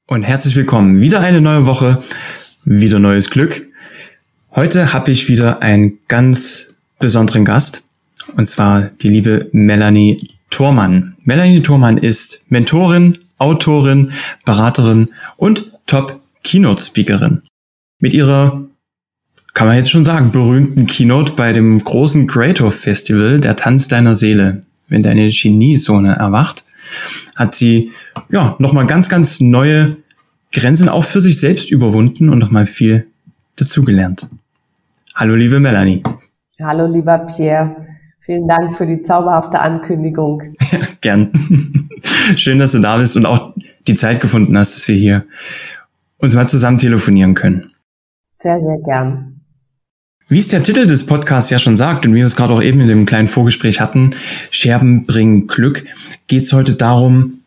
Und herzlich willkommen. Wieder eine neue Woche, wieder neues Glück. Heute habe ich wieder einen ganz besonderen Gast, und zwar die liebe Melanie Thormann. Melanie Thormann ist Mentorin, Autorin, Beraterin und Top-Keynote-Speakerin. Mit ihrer, kann man jetzt schon sagen, berühmten Keynote bei dem großen Creator Festival, der Tanz deiner Seele, wenn deine Geniezone erwacht, hat sie nochmal ganz neue Grenzen auch für sich selbst überwunden und nochmal viel dazugelernt. Hallo liebe Melanie. Hallo lieber Pierre. Vielen Dank für die zauberhafte Ankündigung. Ja, gern. Schön, dass du da bist und auch die Zeit gefunden hast, dass wir hier uns mal zusammen telefonieren können. Sehr, sehr gern. Wie es der Titel des Podcasts ja schon sagt und wie wir es gerade auch eben in dem kleinen Vorgespräch hatten, Scherben bringen Glück, geht es heute darum,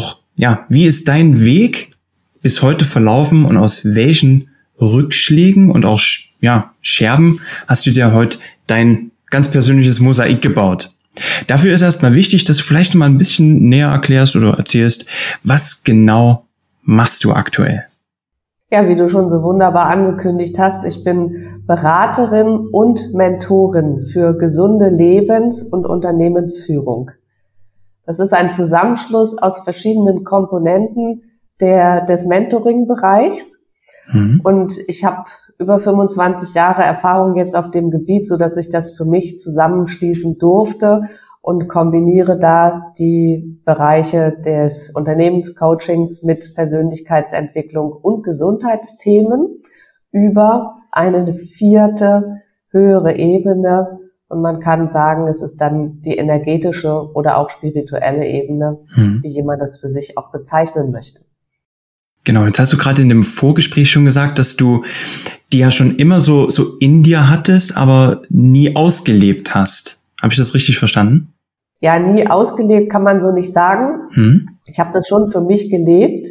wie ist dein Weg bis heute verlaufen und aus welchen Rückschlägen und auch Scherben hast du dir heute dein ganz persönliches Mosaik gebaut. Dafür ist erstmal wichtig, dass du vielleicht mal ein bisschen näher erklärst oder erzählst, was genau machst du aktuell? Ja, wie du schon so wunderbar angekündigt hast, ich bin Beraterin und Mentorin für gesunde Lebens- und Unternehmensführung. Das ist ein Zusammenschluss aus verschiedenen Komponenten des Mentoring-Bereichs. Und ich habe über 25 Jahre Erfahrung jetzt auf dem Gebiet, so dass ich das für mich zusammenschließen durfte und kombiniere da die Bereiche des Unternehmenscoachings mit Persönlichkeitsentwicklung und Gesundheitsthemen über eine 4. höhere Ebene. Und man kann sagen, es ist dann die energetische oder auch spirituelle Ebene, wie jemand das für sich auch bezeichnen möchte. Genau, jetzt hast du gerade in dem Vorgespräch schon gesagt, dass du die ja schon immer so in dir hattest, aber nie ausgelebt hast. Habe ich das richtig verstanden? Ja, nie ausgelebt kann man so nicht sagen. Ich habe das schon für mich gelebt,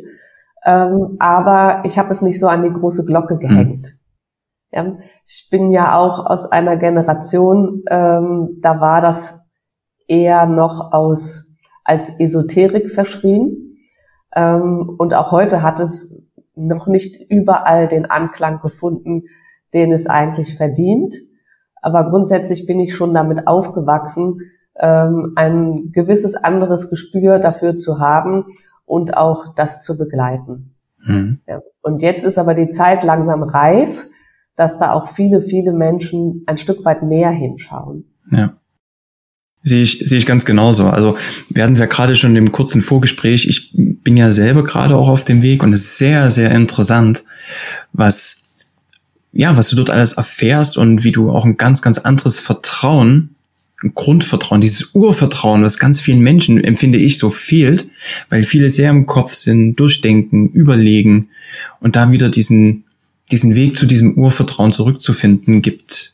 aber ich habe es nicht so an die große Glocke gehängt. Ja, ich bin ja auch aus einer Generation, da war das eher noch als Esoterik verschrien. Und auch heute hat es noch nicht überall den Anklang gefunden, den es eigentlich verdient. Aber grundsätzlich bin ich schon damit aufgewachsen, ein gewisses anderes Gespür dafür zu haben und auch das zu begleiten. Ja. Und jetzt ist aber die Zeit langsam reif, dass da auch viele Menschen ein Stück weit mehr hinschauen. Ja. Sehe ich ganz genauso. Also wir hatten es ja gerade schon in dem kurzen Vorgespräch. Ich bin ja selber gerade auch auf dem Weg und es ist sehr, sehr interessant, was du dort alles erfährst und wie du auch ein ganz anderes Vertrauen, ein Grundvertrauen, dieses Urvertrauen, was ganz vielen Menschen, empfinde ich, so fehlt, weil viele sehr im Kopf sind, durchdenken, überlegen und da wieder diesen Weg zu diesem Urvertrauen zurückzufinden, gibt,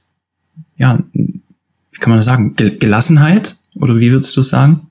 wie kann man das sagen, Gelassenheit? Oder wie würdest du sagen?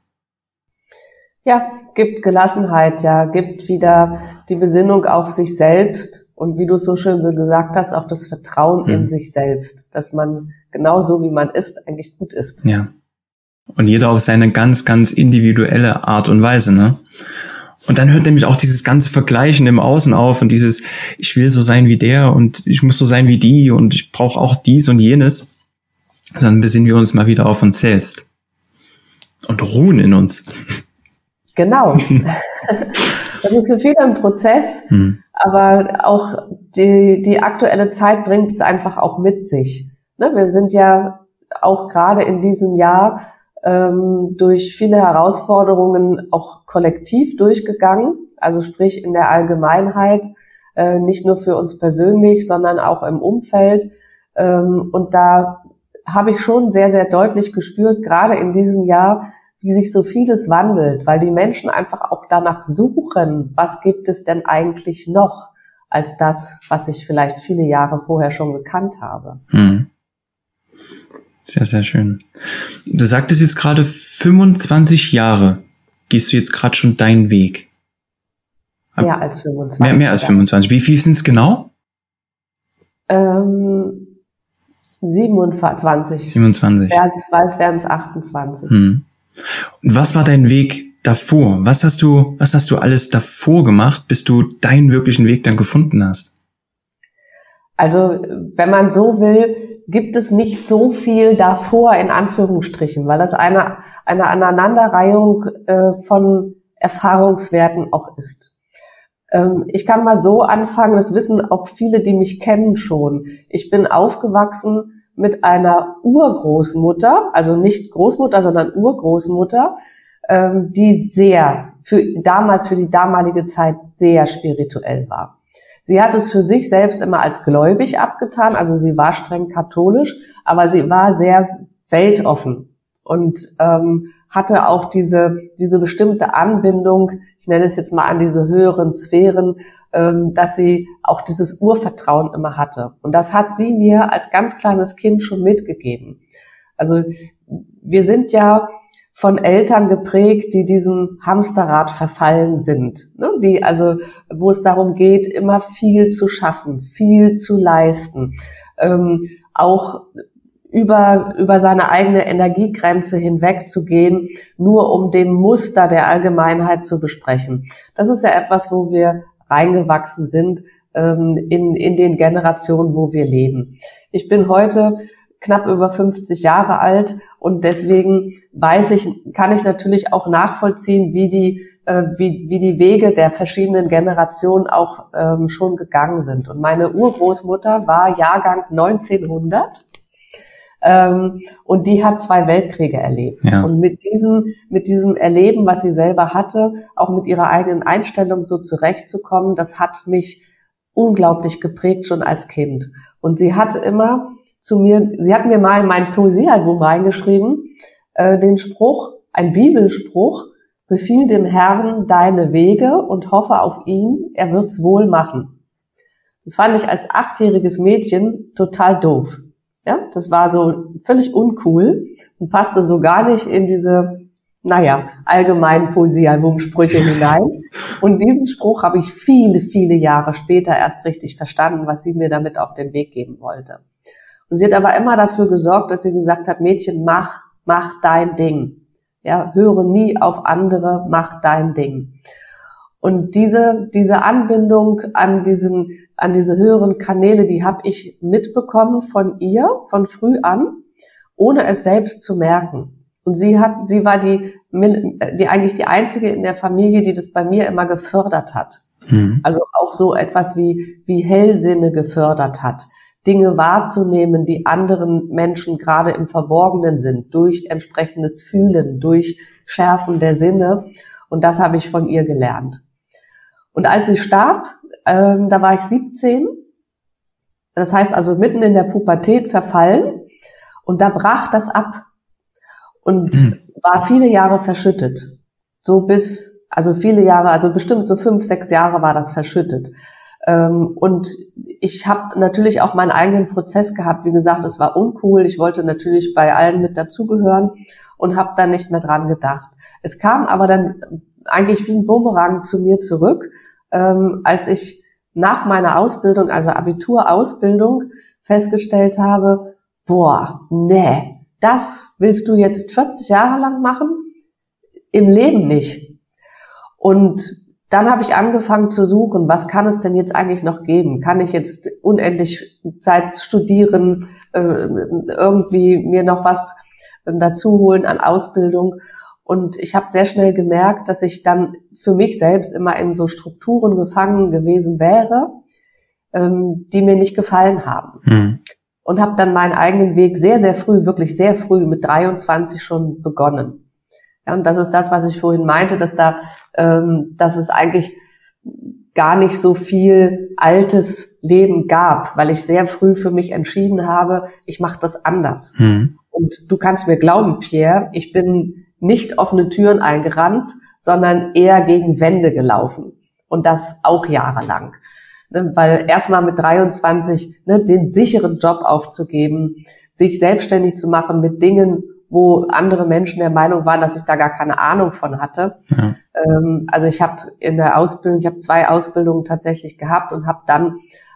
Ja, gibt Gelassenheit, gibt wieder die Besinnung auf sich selbst und wie du es so schön so gesagt hast, auch das Vertrauen in sich selbst, dass man genauso wie man ist, eigentlich gut ist. Ja. Und jeder auf seine ganz individuelle Art und Weise, ne? Und dann hört nämlich auch dieses ganze Vergleichen im Außen auf und dieses, ich will so sein wie der und ich muss so sein wie die und ich brauche auch dies und jenes. Sondern besinnen wir uns mal wieder auf uns selbst und ruhen in uns. Genau. Das ist für viele ein Prozess, aber auch die aktuelle Zeit bringt es einfach auch mit sich. Ne? Wir sind ja auch gerade in diesem Jahr durch viele Herausforderungen auch kollektiv durchgegangen, also sprich in der Allgemeinheit, nicht nur für uns persönlich, sondern auch im Umfeld. Und da habe ich schon sehr, sehr deutlich gespürt, gerade in diesem Jahr, wie sich so vieles wandelt, weil die Menschen einfach auch danach suchen, was gibt es denn eigentlich noch, als das, was ich vielleicht viele Jahre vorher schon gekannt habe. Sehr, sehr schön. Du sagtest jetzt gerade 25 Jahre. Gehst du jetzt gerade schon deinen Weg? Mehr als 25. Mehr als 25. Wie viel sind es genau? 27. 27. Bald wären es 28. Und was war dein Weg davor? Was hast du alles davor gemacht, bis du deinen wirklichen Weg dann gefunden hast? Also, wenn man so will, gibt es nicht so viel davor in Anführungsstrichen, weil das eine Aneinanderreihung von Erfahrungswerten auch ist. Ich kann mal so anfangen, das wissen auch viele, die mich kennen schon. Ich bin aufgewachsen mit einer Urgroßmutter, also nicht Großmutter, sondern Urgroßmutter, die für die damalige Zeit sehr spirituell war. Sie hat es für sich selbst immer als gläubig abgetan, also sie war streng katholisch, aber sie war sehr weltoffen und hatte auch diese bestimmte Anbindung, ich nenne es jetzt mal an diese höheren Sphären, dass sie auch dieses Urvertrauen immer hatte. Und das hat sie mir als ganz kleines Kind schon mitgegeben. Also wir sind ja von Eltern geprägt, die diesem Hamsterrad verfallen sind, ne? Wo es darum geht, immer viel zu schaffen, viel zu leisten, auch über seine eigene Energiegrenze hinwegzugehen, nur um dem Muster der Allgemeinheit zu besprechen. Das ist ja etwas, wo wir reingewachsen sind, in den Generationen, wo wir leben. Ich bin heute knapp über 50 Jahre alt und deswegen kann ich natürlich auch nachvollziehen, wie die Wege der verschiedenen Generationen auch schon gegangen sind. Und meine Urgroßmutter war Jahrgang 1900 und die hat 2 Weltkriege erlebt. Ja. Und mit diesem Erleben, was sie selber hatte, auch mit ihrer eigenen Einstellung so zurechtzukommen, das hat mich unglaublich geprägt schon als Kind. Und sie hat mir mal in mein Poesiealbum reingeschrieben, den Spruch, ein Bibelspruch: Befiehl dem Herrn deine Wege und hoffe auf ihn, er wird's wohl machen. Das fand ich als 8-jähriges Mädchen total doof. Ja, das war so völlig uncool und passte so gar nicht in diese, allgemeinen Poesiealbumsprüche hinein. Und diesen Spruch habe ich viele, viele Jahre später erst richtig verstanden, was sie mir damit auf den Weg geben wollte. Und sie hat aber immer dafür gesorgt, dass sie gesagt hat: Mädchen, mach dein Ding. Ja, höre nie auf andere, mach dein Ding. Und diese Anbindung an diese höheren Kanäle, die habe ich mitbekommen von ihr, von früh an, ohne es selbst zu merken. Und sie war eigentlich die einzige in der Familie, die das bei mir immer gefördert hat. Mhm. Also auch so etwas wie Hellsinne gefördert hat. Dinge wahrzunehmen, die anderen Menschen gerade im Verborgenen sind, durch entsprechendes Fühlen, durch Schärfen der Sinne. Und das habe ich von ihr gelernt. Und als sie starb, da war ich 17, das heißt also mitten in der Pubertät verfallen, und da brach das ab und war viele Jahre verschüttet. Viele Jahre, also bestimmt so 5, 6 Jahre war das verschüttet. Und ich habe natürlich auch meinen eigenen Prozess gehabt. Wie gesagt, es war uncool. Ich wollte natürlich bei allen mit dazugehören und habe dann nicht mehr dran gedacht. Es kam aber dann eigentlich wie ein Bumerang zu mir zurück, als ich nach meiner Ausbildung, also Abiturausbildung, festgestellt habe: das willst du jetzt 40 Jahre lang machen? Im Leben nicht. Und dann habe ich angefangen zu suchen, was kann es denn jetzt eigentlich noch geben? Kann ich jetzt unendlich Zeit studieren, irgendwie mir noch was dazu holen an Ausbildung? Und ich habe sehr schnell gemerkt, dass ich dann für mich selbst immer in so Strukturen gefangen gewesen wäre, die mir nicht gefallen haben. Mhm. Und habe dann meinen eigenen Weg sehr, sehr früh, wirklich sehr früh, mit 23 schon begonnen. Ja, und das ist das, was ich vorhin meinte, dass es eigentlich gar nicht so viel altes Leben gab, weil ich sehr früh für mich entschieden habe, ich mache das anders. Mhm. Und du kannst mir glauben, Pierre, ich bin nicht offene Türen eingerannt, sondern eher gegen Wände gelaufen. Und das auch jahrelang. Weil erstmal mit 23 den sicheren Job aufzugeben, sich selbstständig zu machen mit Dingen, wo andere Menschen der Meinung waren, dass ich da gar keine Ahnung von hatte. Ja. Also ich habe in der Ausbildung, 2 Ausbildungen tatsächlich gehabt und habe dann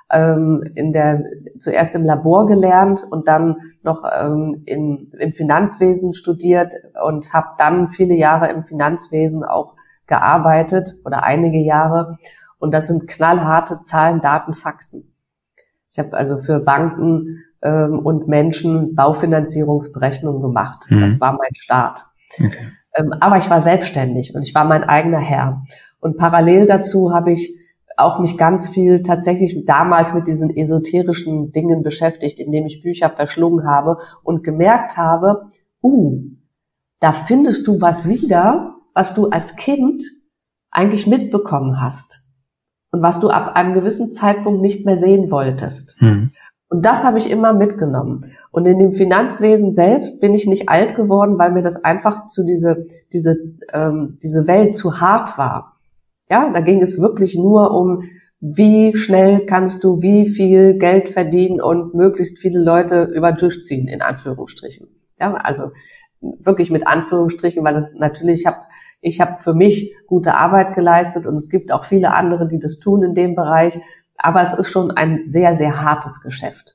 zuerst im Labor gelernt und dann noch im Finanzwesen studiert und habe dann viele Jahre im Finanzwesen auch gearbeitet oder einige Jahre. Und das sind knallharte Zahlen, Daten, Fakten. Ich habe also für Banken und Menschen Baufinanzierungsberechnungen gemacht. Das war mein Start. Okay. Aber ich war selbstständig und ich war mein eigener Herr. Und parallel dazu habe ich auch mich ganz viel tatsächlich damals mit diesen esoterischen Dingen beschäftigt, indem ich Bücher verschlungen habe und gemerkt habe, da findest du was wieder, was du als Kind eigentlich mitbekommen hast und was du ab einem gewissen Zeitpunkt nicht mehr sehen wolltest. Und das habe ich immer mitgenommen. Und in dem Finanzwesen selbst bin ich nicht alt geworden, weil mir das einfach diese Welt zu hart war. Ja, da ging es wirklich nur um, wie schnell kannst du wie viel Geld verdienen und möglichst viele Leute über den Tisch ziehen, in Anführungsstrichen. Ja, also wirklich mit Anführungsstrichen, weil es natürlich, ich habe für mich gute Arbeit geleistet und es gibt auch viele andere, die das tun in dem Bereich. Aber es ist schon ein sehr, sehr hartes Geschäft.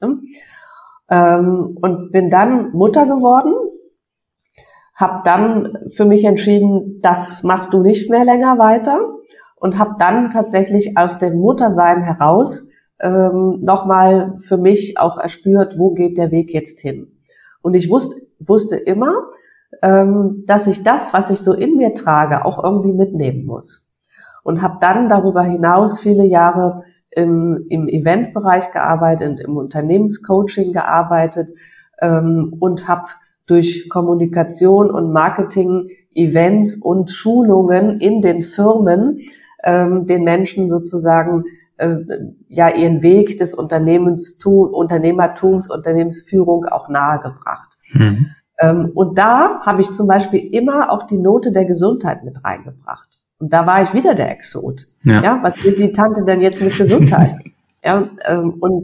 Und bin dann Mutter geworden, habe dann für mich entschieden, das machst du nicht mehr länger weiter und habe dann tatsächlich aus dem Muttersein heraus nochmal für mich auch erspürt, wo geht der Weg jetzt hin. Und ich wusste immer, dass ich das, was ich so in mir trage, auch irgendwie mitnehmen muss. Und habe dann darüber hinaus viele Jahre im Eventbereich gearbeitet, im Unternehmenscoaching gearbeitet und habe durch Kommunikation und Marketing, Events und Schulungen in den Firmen den Menschen sozusagen ihren Weg des Unternehmertums, Unternehmensführung auch nahegebracht. Und da habe ich zum Beispiel immer auch die Note der Gesundheit mit reingebracht. Und da war ich wieder der Exot. Ja, was will die Tante denn jetzt mit Gesundheit? Ja, und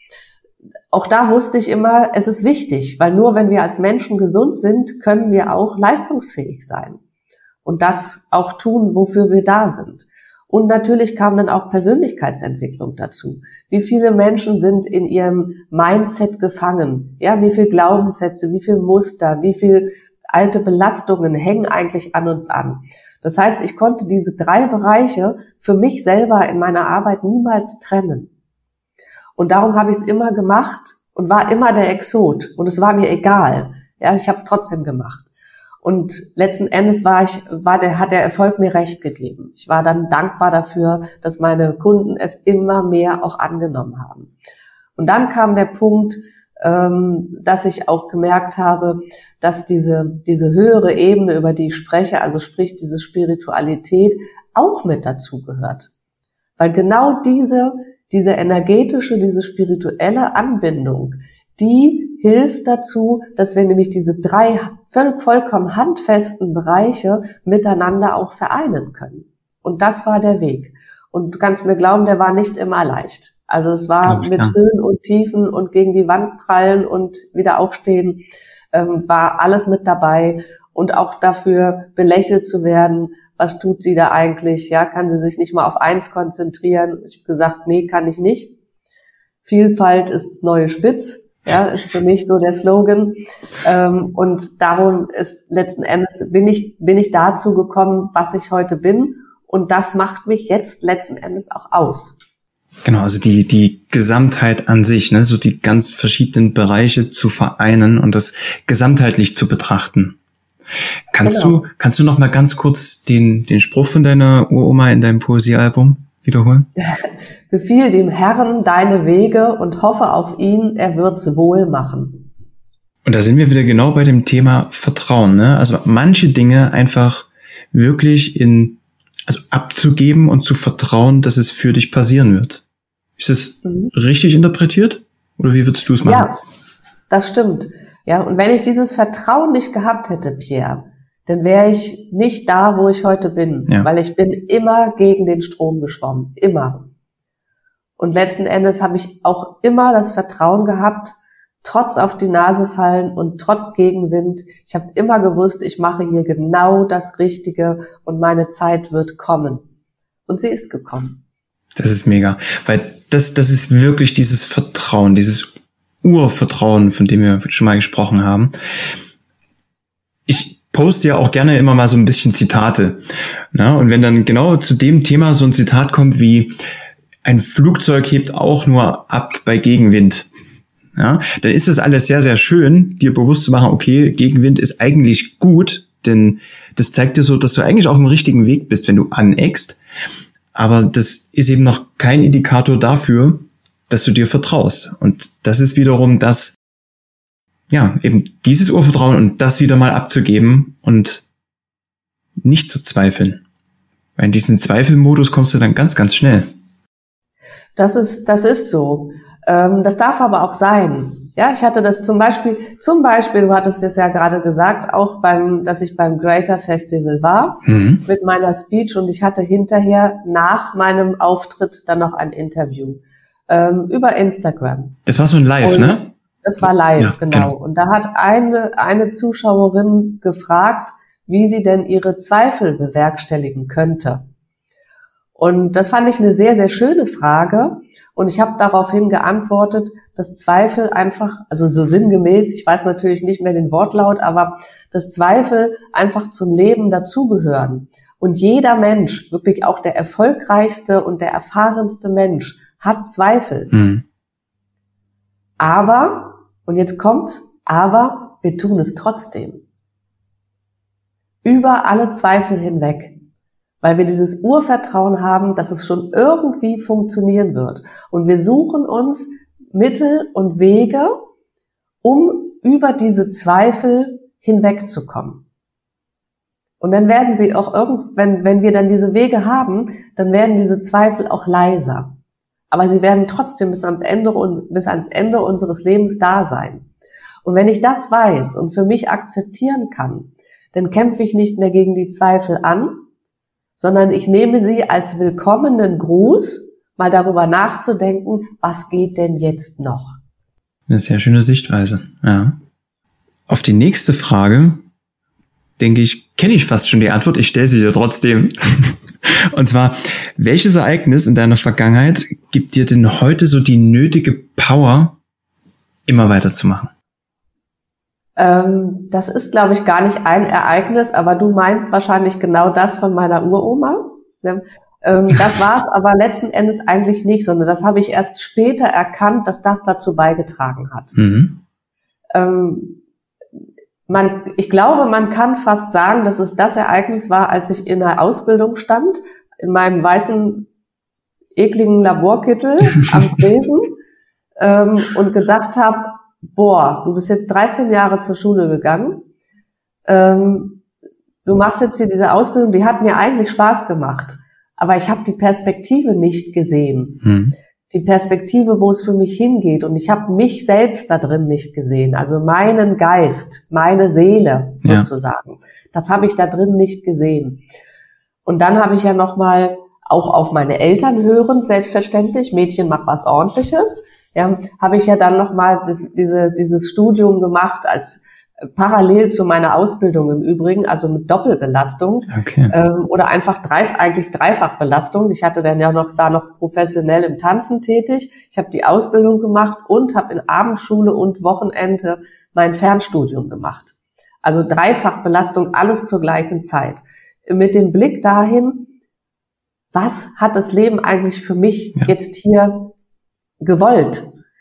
auch da wusste ich immer, es ist wichtig, weil nur wenn wir als Menschen gesund sind, können wir auch leistungsfähig sein und das auch tun, wofür wir da sind. Und natürlich kam dann auch Persönlichkeitsentwicklung dazu. Wie viele Menschen sind in ihrem Mindset gefangen? Ja, wie viel Glaubenssätze, wie viel Muster, wie viel alte Belastungen hängen eigentlich an uns an? Das heißt, ich konnte diese 3 Bereiche für mich selber in meiner Arbeit niemals trennen. Und darum habe ich es immer gemacht und war immer der Exot. Und es war mir egal. Ja, ich habe es trotzdem gemacht. Und letzten Endes hat der Erfolg mir recht gegeben. Ich war dann dankbar dafür, dass meine Kunden es immer mehr auch angenommen haben. Und dann kam der Punkt, dass ich auch gemerkt habe, dass diese höhere Ebene, über die ich spreche, also sprich diese Spiritualität, auch mit dazugehört. Weil genau diese energetische, diese spirituelle Anbindung, die hilft dazu, dass wir nämlich diese 3 vollkommen handfesten Bereiche miteinander auch vereinen können. Und das war der Weg. Und du kannst mir glauben, der war nicht immer leicht. Also es war mit Höhen und Tiefen und gegen die Wand prallen und wieder aufstehen, war alles mit dabei und auch dafür belächelt zu werden. Was tut sie da eigentlich? Ja, kann sie sich nicht mal auf eins konzentrieren? Ich habe gesagt, nee, kann ich nicht. Vielfalt ist das neue Spitz. Ja, ist für mich so der Slogan. Und darum ist letzten Endes bin ich dazu gekommen, was ich heute bin. Und das macht mich jetzt letzten Endes auch aus. Genau, also die Gesamtheit an sich, ne, so die ganz verschiedenen Bereiche zu vereinen und das gesamtheitlich zu betrachten. Kannst du noch mal ganz kurz den Spruch von deiner Uroma in deinem Poesiealbum wiederholen? Befiehl dem Herrn deine Wege und hoffe auf ihn, er wird's wohl machen. Und da sind wir wieder genau bei dem Thema Vertrauen, ne? Also manche Dinge einfach wirklich abzugeben und zu vertrauen, dass es für dich passieren wird. Ist das richtig interpretiert? Oder wie würdest du es machen? Ja, das stimmt. Ja, und wenn ich dieses Vertrauen nicht gehabt hätte, Pierre, dann wäre ich nicht da, wo ich heute bin. Ja. Weil ich bin immer gegen den Strom geschwommen. Immer. Und letzten Endes habe ich auch immer das Vertrauen gehabt, trotz auf die Nase fallen und trotz Gegenwind. Ich habe immer gewusst, ich mache hier genau das Richtige und meine Zeit wird kommen. Und sie ist gekommen. Das ist mega, weil das ist wirklich dieses Vertrauen, dieses Urvertrauen, von dem wir schon mal gesprochen haben. Ich poste ja auch gerne immer mal so ein bisschen Zitate. Na, und wenn dann genau zu dem Thema so ein Zitat kommt wie: Ein Flugzeug hebt auch nur ab bei Gegenwind. Ja, dann ist das alles sehr, sehr schön, dir bewusst zu machen, okay, Gegenwind ist eigentlich gut, denn das zeigt dir so, dass du eigentlich auf dem richtigen Weg bist, wenn du aneckst. Aber das ist eben noch kein Indikator dafür, dass du dir vertraust. Und das ist wiederum das, ja, eben dieses Urvertrauen und das wieder mal abzugeben und nicht zu zweifeln. Weil in diesen Zweifelmodus kommst du dann ganz, ganz schnell. Das ist so. Das darf aber auch sein. Ja, ich hatte das zum Beispiel, du hattest es ja gerade gesagt, auch dass ich beim Greater Festival war, mit meiner Speech, und ich hatte hinterher nach meinem Auftritt dann noch ein Interview, über Instagram. Das war so ein Live, ne? Das war live, ja, genau. Und da hat eine Zuschauerin gefragt, wie sie denn ihre Zweifel bewerkstelligen könnte. Und das fand ich eine sehr, sehr schöne Frage. Und ich habe daraufhin geantwortet, dass Zweifel einfach, also so sinngemäß, ich weiß natürlich nicht mehr den Wortlaut, aber dass Zweifel einfach zum Leben dazugehören. Und jeder Mensch, wirklich auch der erfolgreichste und der erfahrenste Mensch, hat Zweifel. Aber, und jetzt kommt's, aber wir tun es trotzdem. Über alle Zweifel hinweg. Weil wir dieses Urvertrauen haben, dass es schon irgendwie funktionieren wird. Und wir suchen uns Mittel und Wege, um über diese Zweifel hinwegzukommen. Und dann werden sie auch wenn wir dann diese Wege haben, dann werden diese Zweifel auch leiser. Aber sie werden trotzdem bis ans Ende unseres Lebens da sein. Und wenn ich das weiß und für mich akzeptieren kann, dann kämpfe ich nicht mehr gegen die Zweifel an, sondern ich nehme sie als willkommenen Gruß, mal darüber nachzudenken, was geht denn jetzt noch? Eine sehr schöne Sichtweise, ja. Auf die nächste Frage, denke ich, kenne ich fast schon die Antwort, ich stelle sie dir trotzdem. Und zwar, welches Ereignis in deiner Vergangenheit gibt dir denn heute so die nötige Power, immer weiterzumachen? Das ist, glaube ich, gar nicht ein Ereignis, aber du meinst wahrscheinlich genau das von meiner Uroma. Das war es aber letzten Endes eigentlich nicht, sondern das habe ich erst später erkannt, dass das dazu beigetragen hat. Ich glaube, man kann fast sagen, dass es das Ereignis war, als ich in der Ausbildung stand, in meinem weißen, ekligen Laborkittel am Tresen, und gedacht habe, boah, du bist jetzt 13 Jahre zur Schule gegangen, du machst jetzt hier diese Ausbildung, die hat mir eigentlich Spaß gemacht, aber ich habe die Perspektive nicht gesehen. Die Perspektive, wo es für mich hingeht, und ich habe mich selbst da drin nicht gesehen, also meinen Geist, meine Seele sozusagen, das habe ich da drin nicht gesehen. Und dann habe ich ja nochmal auch auf meine Eltern hörend, selbstverständlich, Mädchen, mach was Ordentliches, ja, habe ich ja dann nochmal dieses Studium gemacht als parallel zu meiner Ausbildung im Übrigen, also mit Doppelbelastung, oder einfach Dreifachbelastung. Ich hatte dann war noch professionell im Tanzen tätig. Ich habe die Ausbildung gemacht und habe in Abendschule und Wochenende mein Fernstudium gemacht. Also Dreifachbelastung, alles zur gleichen Zeit. Mit dem Blick dahin, was hat das Leben eigentlich für mich jetzt hier gewollt?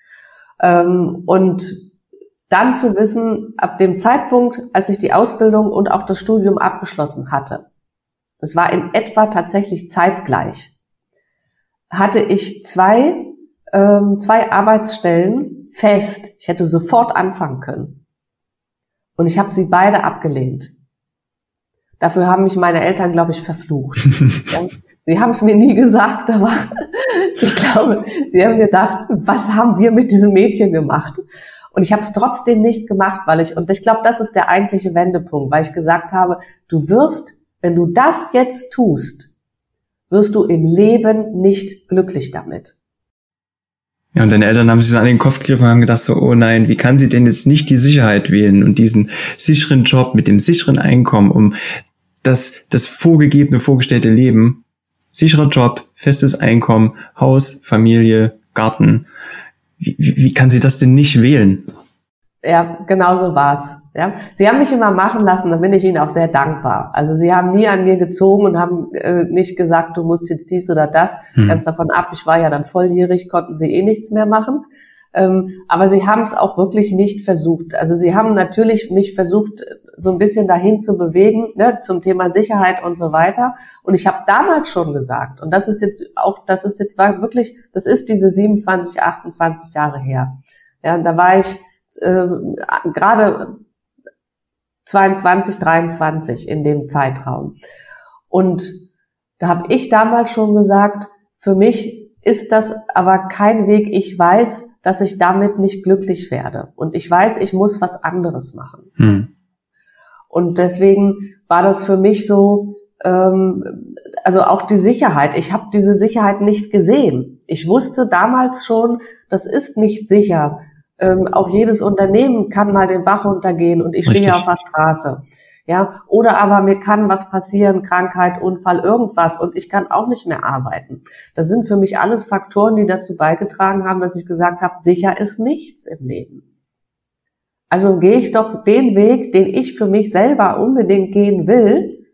Und dann zu wissen, ab dem Zeitpunkt, als ich die Ausbildung und auch das Studium abgeschlossen hatte, das war in etwa tatsächlich zeitgleich, hatte ich zwei Arbeitsstellen fest. Ich hätte sofort anfangen können. Und ich habe sie beide abgelehnt. Dafür haben mich meine Eltern, glaube ich, verflucht. Sie haben es mir nie gesagt, aber ich glaube, sie haben gedacht, was haben wir mit diesem Mädchen gemacht? Und ich habe es trotzdem nicht gemacht, und ich glaube, das ist der eigentliche Wendepunkt, weil ich gesagt habe, du wirst, wenn du das jetzt tust, wirst du im Leben nicht glücklich damit. Ja, und deine Eltern haben sich so an den Kopf gegriffen und haben gedacht so, oh nein, wie kann sie denn jetzt nicht die Sicherheit wählen und diesen sicheren Job mit dem sicheren Einkommen, um das vorgestellte Leben sicherer Job, festes Einkommen, Haus, Familie, Garten. Wie kann sie das denn nicht wählen? Ja, genau so war's. Ja, sie haben mich immer machen lassen, da bin ich ihnen auch sehr dankbar. Also sie haben nie an mir gezogen und haben nicht gesagt, du musst jetzt dies oder das. Ganz davon ab, ich war ja dann volljährig, konnten sie eh nichts mehr machen. Aber sie haben es auch wirklich nicht versucht. Also sie haben natürlich mich versucht, so ein bisschen dahin zu bewegen, ne, zum Thema Sicherheit und so weiter. Und ich habe damals schon gesagt, und das ist jetzt diese 27, 28 Jahre her. Ja, und da war ich gerade 22, 23 in dem Zeitraum. Und da habe ich damals schon gesagt, für mich ist das aber kein Weg. Ich weiß, dass ich damit nicht glücklich werde. Und ich weiß, ich muss was anderes machen. Und deswegen war das für mich so, also auch die Sicherheit. Ich habe diese Sicherheit nicht gesehen. Ich wusste damals schon, das ist nicht sicher. Auch jedes Unternehmen kann mal den Bach runtergehen und ich stehe auf der Straße. Ja, oder aber mir kann was passieren, Krankheit, Unfall, irgendwas und ich kann auch nicht mehr arbeiten. Das sind für mich alles Faktoren, die dazu beigetragen haben, dass ich gesagt habe, sicher ist nichts im Leben. Also gehe ich doch den Weg, den ich für mich selber unbedingt gehen will,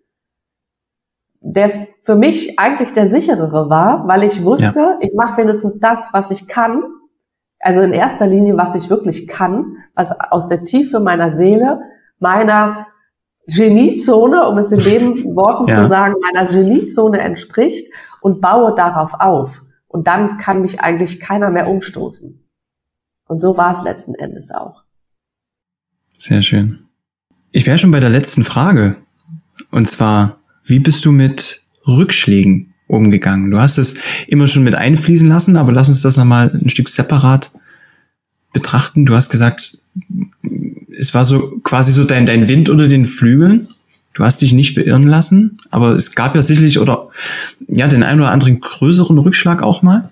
der für mich eigentlich der sicherere war, weil ich wusste, ich mache wenigstens das, was ich kann. Also in erster Linie, was ich wirklich kann, was aus der Tiefe meiner Seele, meiner Geniezone, um es in den Worten zu sagen, meiner Geniezone entspricht und baue darauf auf. Und dann kann mich eigentlich keiner mehr umstoßen. Und so war es letzten Endes auch. Sehr schön. Ich wäre schon bei der letzten Frage. Und zwar, wie bist du mit Rückschlägen umgegangen? Du hast es immer schon mit einfließen lassen, aber lass uns das nochmal ein Stück separat betrachten. Du hast gesagt, es war so quasi so dein Wind unter den Flügeln. Du hast dich nicht beirren lassen, aber es gab ja sicherlich den einen oder anderen größeren Rückschlag auch mal.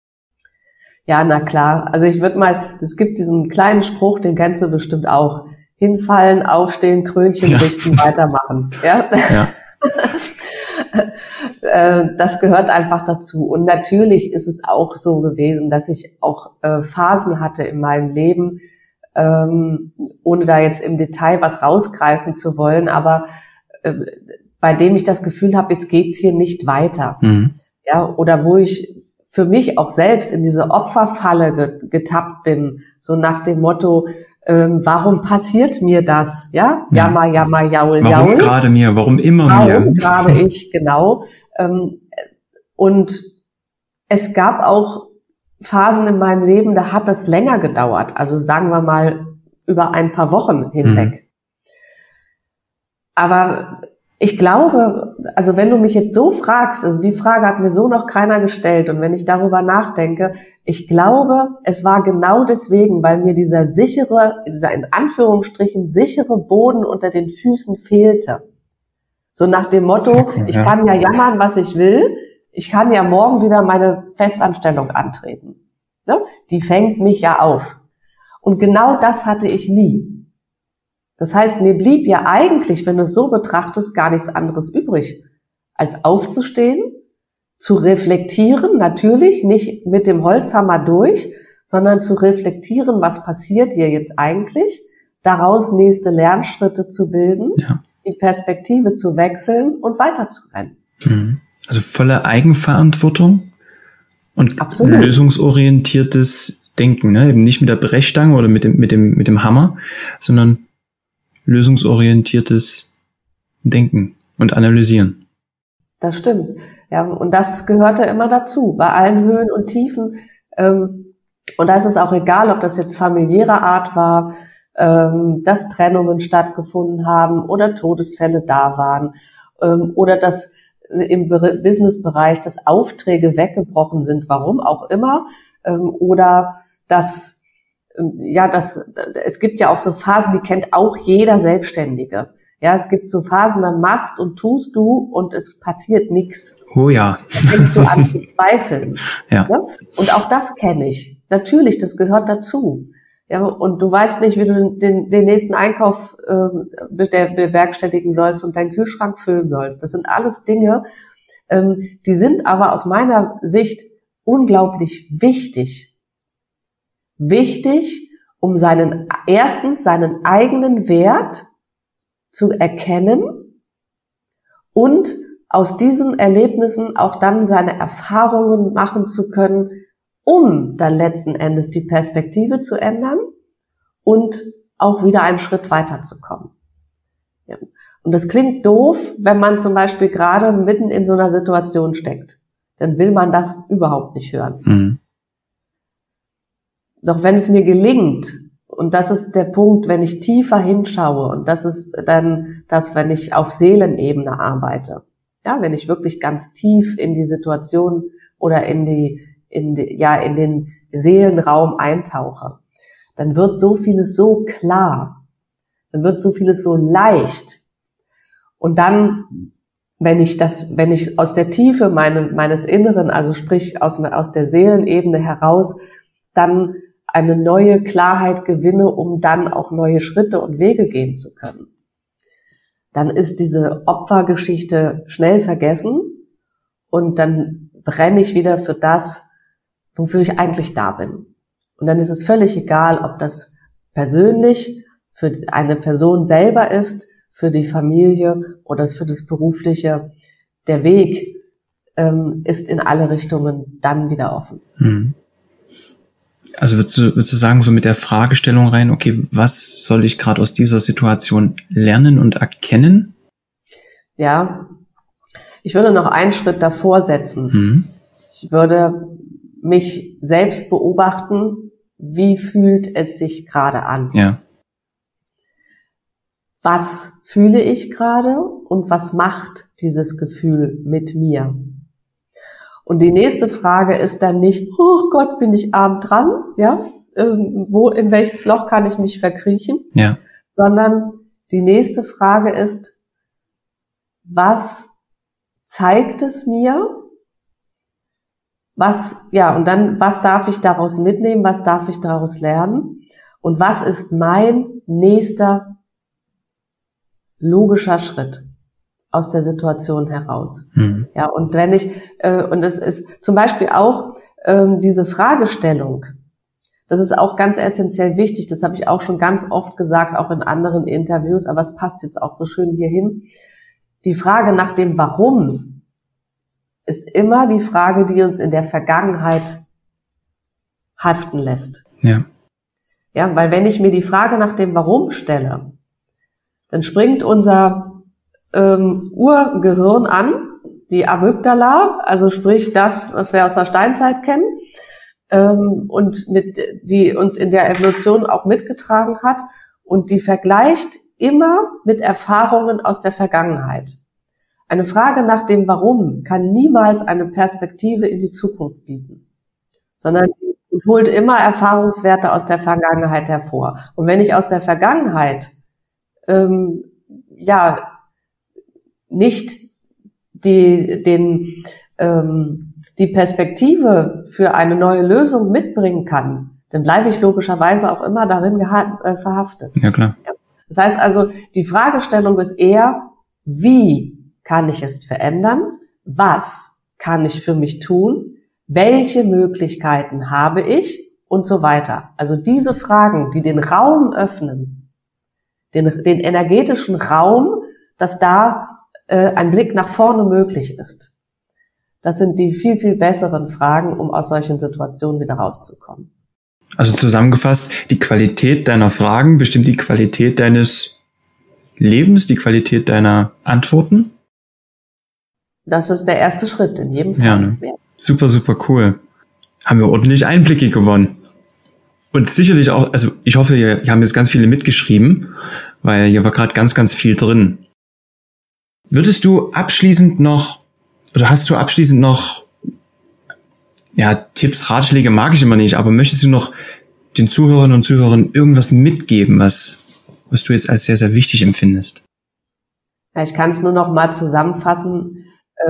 Ja, na klar. Also es gibt diesen kleinen Spruch, den kennst du bestimmt auch. Hinfallen, aufstehen, Krönchen richten, weitermachen. Ja. Das gehört einfach dazu. Und natürlich ist es auch so gewesen, dass ich auch Phasen hatte in meinem Leben, ohne da jetzt im Detail was rausgreifen zu wollen, aber bei dem ich das Gefühl habe, jetzt geht's hier nicht weiter. Ja, oder wo ich für mich auch selbst in diese Opferfalle getappt bin, so nach dem Motto, warum passiert mir das? Ja, jammer, jammer, jaul, jaul. Warum gerade mir? Warum immer mir? Warum gerade ich, genau. Und es gab auch Phasen in meinem Leben, da hat das länger gedauert. Also sagen wir mal über ein paar Wochen hinweg. Aber ich glaube, also wenn du mich jetzt so fragst, also die Frage hat mir so noch keiner gestellt und wenn ich darüber nachdenke, ich glaube, es war genau deswegen, weil mir dieser in Anführungsstrichen sichere Boden unter den Füßen fehlte. So nach dem Motto, ich kann ja jammern, was ich will, ich kann ja morgen wieder meine Festanstellung antreten. Ne? Die fängt mich ja auf. Und genau das hatte ich nie. Das heißt, mir blieb ja eigentlich, wenn du es so betrachtest, gar nichts anderes übrig, als aufzustehen, zu reflektieren, natürlich nicht mit dem Holzhammer durch, sondern zu reflektieren, was passiert hier jetzt eigentlich, daraus nächste Lernschritte zu bilden, die Perspektive zu wechseln und weiterzurennen. Also volle Eigenverantwortung und lösungsorientiertes Denken, ne? Eben nicht mit der Brechstange oder mit dem Hammer, sondern lösungsorientiertes Denken und Analysieren. Das stimmt. Ja, und das gehörte immer dazu, bei allen Höhen und Tiefen. Und da ist es auch egal, ob das jetzt familiärer Art war, dass Trennungen stattgefunden haben oder Todesfälle da waren, oder dass im Businessbereich, dass Aufträge weggebrochen sind, warum auch immer, oder dass es gibt ja auch so Phasen, die kennt auch jeder Selbstständige. Ja, es gibt so Phasen, dann machst und tust du und es passiert nichts. Oh ja. Dann fängst du an zu zweifeln. Ja. Ne? Und auch das kenne ich. Natürlich, das gehört dazu. Ja, und du weißt nicht, wie du den nächsten Einkauf bewerkstelligen sollst und deinen Kühlschrank füllen sollst. Das sind alles Dinge, Die sind aber aus meiner Sicht unglaublich wichtig. Wichtig, um erstens seinen eigenen Wert zu erkennen und aus diesen Erlebnissen auch dann seine Erfahrungen machen zu können, um dann letzten Endes die Perspektive zu ändern und auch wieder einen Schritt weiterzukommen. Ja. Und das klingt doof, wenn man zum Beispiel gerade mitten in so einer Situation steckt. Dann will man das überhaupt nicht hören. Mhm. Doch wenn es mir gelingt, und das ist der Punkt, wenn ich tiefer hinschaue, und das ist dann das, wenn ich auf Seelenebene arbeite, ja, wenn ich wirklich ganz tief in die Situation oder in den Seelenraum eintauche, dann wird so vieles so klar, dann wird so vieles so leicht. Und dann, wenn ich aus der Tiefe meines Inneren, also sprich aus der Seelenebene heraus, dann eine neue Klarheit gewinne, um dann auch neue Schritte und Wege gehen zu können, dann ist diese Opfergeschichte schnell vergessen und dann brenne ich wieder für das, wofür ich eigentlich da bin. Und dann ist es völlig egal, ob das persönlich für eine Person selber ist, für die Familie oder für das Berufliche. Der Weg ist in alle Richtungen dann wieder offen. Mhm. Also würdest du sagen, so mit der Fragestellung rein, okay, was soll ich gerade aus dieser Situation lernen und erkennen? Ja, ich würde noch einen Schritt davor setzen. Mhm. Ich würde mich selbst beobachten, wie fühlt es sich gerade an? Ja. Was fühle ich gerade und was macht dieses Gefühl mit mir? Und die nächste Frage ist dann nicht, oh Gott, bin ich arm dran, ja? In welches Loch kann ich mich verkriechen? Ja. Sondern die nächste Frage ist, was zeigt es mir? Und dann, was darf ich daraus mitnehmen? Was darf ich daraus lernen? Und was ist mein nächster logischer Schritt aus der Situation heraus? Mhm. Ja, und und es ist zum Beispiel auch diese Fragestellung, das ist auch ganz essentiell wichtig, das habe ich auch schon ganz oft gesagt, auch in anderen Interviews, aber es passt jetzt auch so schön hierhin. Die Frage nach dem Warum ist immer die Frage, die uns in der Vergangenheit haften lässt. Ja. Ja, weil wenn ich mir die Frage nach dem Warum stelle, dann springt unser Urgehirn an, die Amygdala, also sprich das, was wir aus der Steinzeit kennen, und die uns in der Evolution auch mitgetragen hat, und die vergleicht immer mit Erfahrungen aus der Vergangenheit. Eine Frage nach dem Warum kann niemals eine Perspektive in die Zukunft bieten, sondern sie holt immer Erfahrungswerte aus der Vergangenheit hervor. Und wenn ich aus der Vergangenheit nicht die Perspektive für eine neue Lösung mitbringen kann, dann bleibe ich logischerweise auch immer darin verhaftet. Ja, klar. Das heißt also, die Fragestellung ist eher, wie kann ich es verändern? Was kann ich für mich tun? Welche Möglichkeiten habe ich? Und so weiter. Also diese Fragen, die den Raum öffnen, den energetischen Raum, dass da ein Blick nach vorne möglich ist. Das sind die viel, viel besseren Fragen, um aus solchen Situationen wieder rauszukommen. Also zusammengefasst, die Qualität deiner Fragen bestimmt die Qualität deines Lebens, die Qualität deiner Antworten? Das ist der erste Schritt in jedem Fall. Ja, ne? Ja. Super, super cool. Haben wir ordentlich Einblicke gewonnen. Und sicherlich auch, also ich hoffe, hier haben jetzt ganz viele mitgeschrieben, weil hier war gerade ganz, ganz viel drin. Würdest du abschließend noch, oder hast du abschließend noch, ja, Tipps, Ratschläge mag ich immer nicht, aber möchtest du noch den Zuhörerinnen und Zuhörern irgendwas mitgeben, was du jetzt als sehr, sehr wichtig empfindest? Ja, ich kann es nur noch mal zusammenfassen,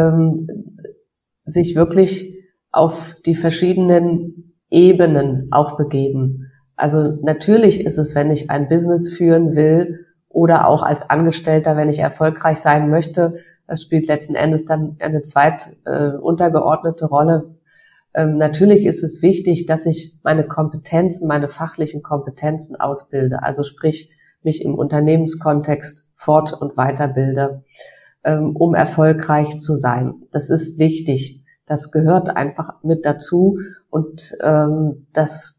sich wirklich auf die verschiedenen Ebenen auch begeben. Also natürlich ist es, wenn ich ein Business führen will oder auch als Angestellter, wenn ich erfolgreich sein möchte, Das spielt letzten Endes dann eine untergeordnete Rolle. Natürlich ist es wichtig, dass ich meine Kompetenzen, meine fachlichen Kompetenzen ausbilde, also sprich mich im Unternehmenskontext fort- und weiterbilde, um erfolgreich zu sein. Das ist wichtig. Das gehört einfach mit dazu und das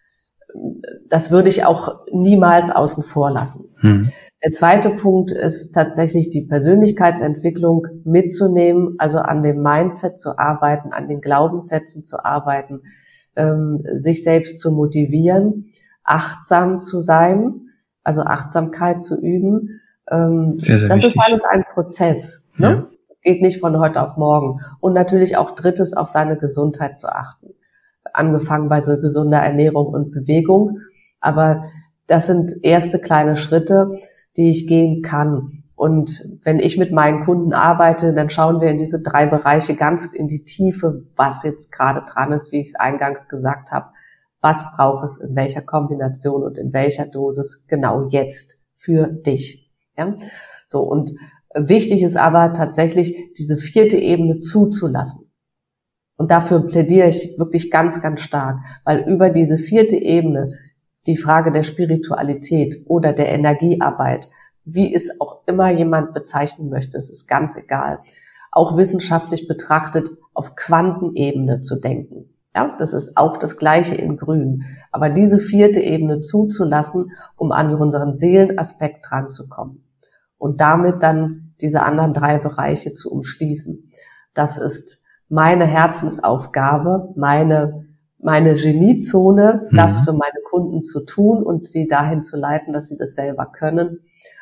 würde ich auch niemals außen vor lassen. Der zweite Punkt ist tatsächlich die Persönlichkeitsentwicklung mitzunehmen, also an dem Mindset zu arbeiten, an den Glaubenssätzen zu arbeiten, sich selbst zu motivieren, achtsam zu sein, also Achtsamkeit zu üben. Sehr, sehr das wichtig. ist alles ein Prozess. Ne? Ja. Das geht nicht von heute auf morgen. Und natürlich auch drittes, auf seine Gesundheit zu achten. Angefangen bei so gesunder Ernährung und Bewegung. Aber das sind erste kleine Schritte, die ich gehen kann. Und wenn ich mit meinen Kunden arbeite, dann schauen wir in diese 3 Bereiche ganz in die Tiefe, was jetzt gerade dran ist, wie ich es eingangs gesagt habe. Was braucht es in welcher Kombination und in welcher Dosis genau jetzt für dich? Ja? So, und wichtig ist aber tatsächlich, diese 4. Ebene zuzulassen. Und dafür plädiere ich wirklich ganz, ganz stark, weil über diese 4. Ebene die Frage der Spiritualität oder der Energiearbeit, wie es auch immer jemand bezeichnen möchte, es ist ganz egal, auch wissenschaftlich betrachtet auf Quantenebene zu denken. Ja, das ist auch das Gleiche in Grün. Aber diese 4. Ebene zuzulassen, um an unseren Seelenaspekt dranzukommen und damit dann diese anderen 3 Bereiche zu umschließen. Das ist meine Herzensaufgabe, meine Geniezone, das für meine Kunden zu tun und sie dahin zu leiten, dass sie das selber können.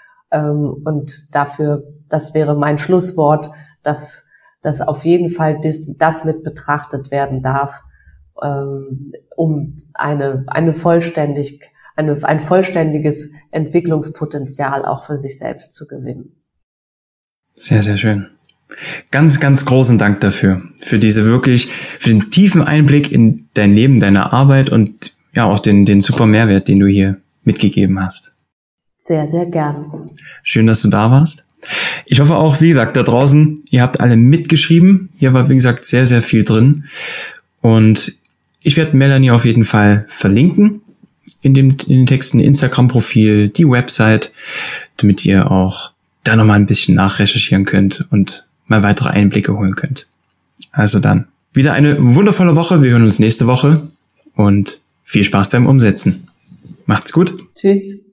Und dafür, das wäre mein Schlusswort, dass auf jeden Fall das mit betrachtet werden darf, um ein vollständiges Entwicklungspotenzial auch für sich selbst zu gewinnen. Sehr, sehr schön. Ganz, ganz großen Dank dafür, für den tiefen Einblick in dein Leben, deine Arbeit und ja auch den super Mehrwert, den du hier mitgegeben hast. Sehr, sehr gern. Schön, dass du da warst. Ich hoffe auch, wie gesagt, da draußen, ihr habt alle mitgeschrieben. Hier war, wie gesagt, sehr, sehr viel drin. Und ich werde Melanie auf jeden Fall verlinken in den Texten, Instagram-Profil, die Website, damit ihr auch da nochmal ein bisschen nachrecherchieren könnt und mal weitere Einblicke holen könnt. Also dann, wieder eine wundervolle Woche. Wir hören uns nächste Woche und viel Spaß beim Umsetzen. Macht's gut. Tschüss.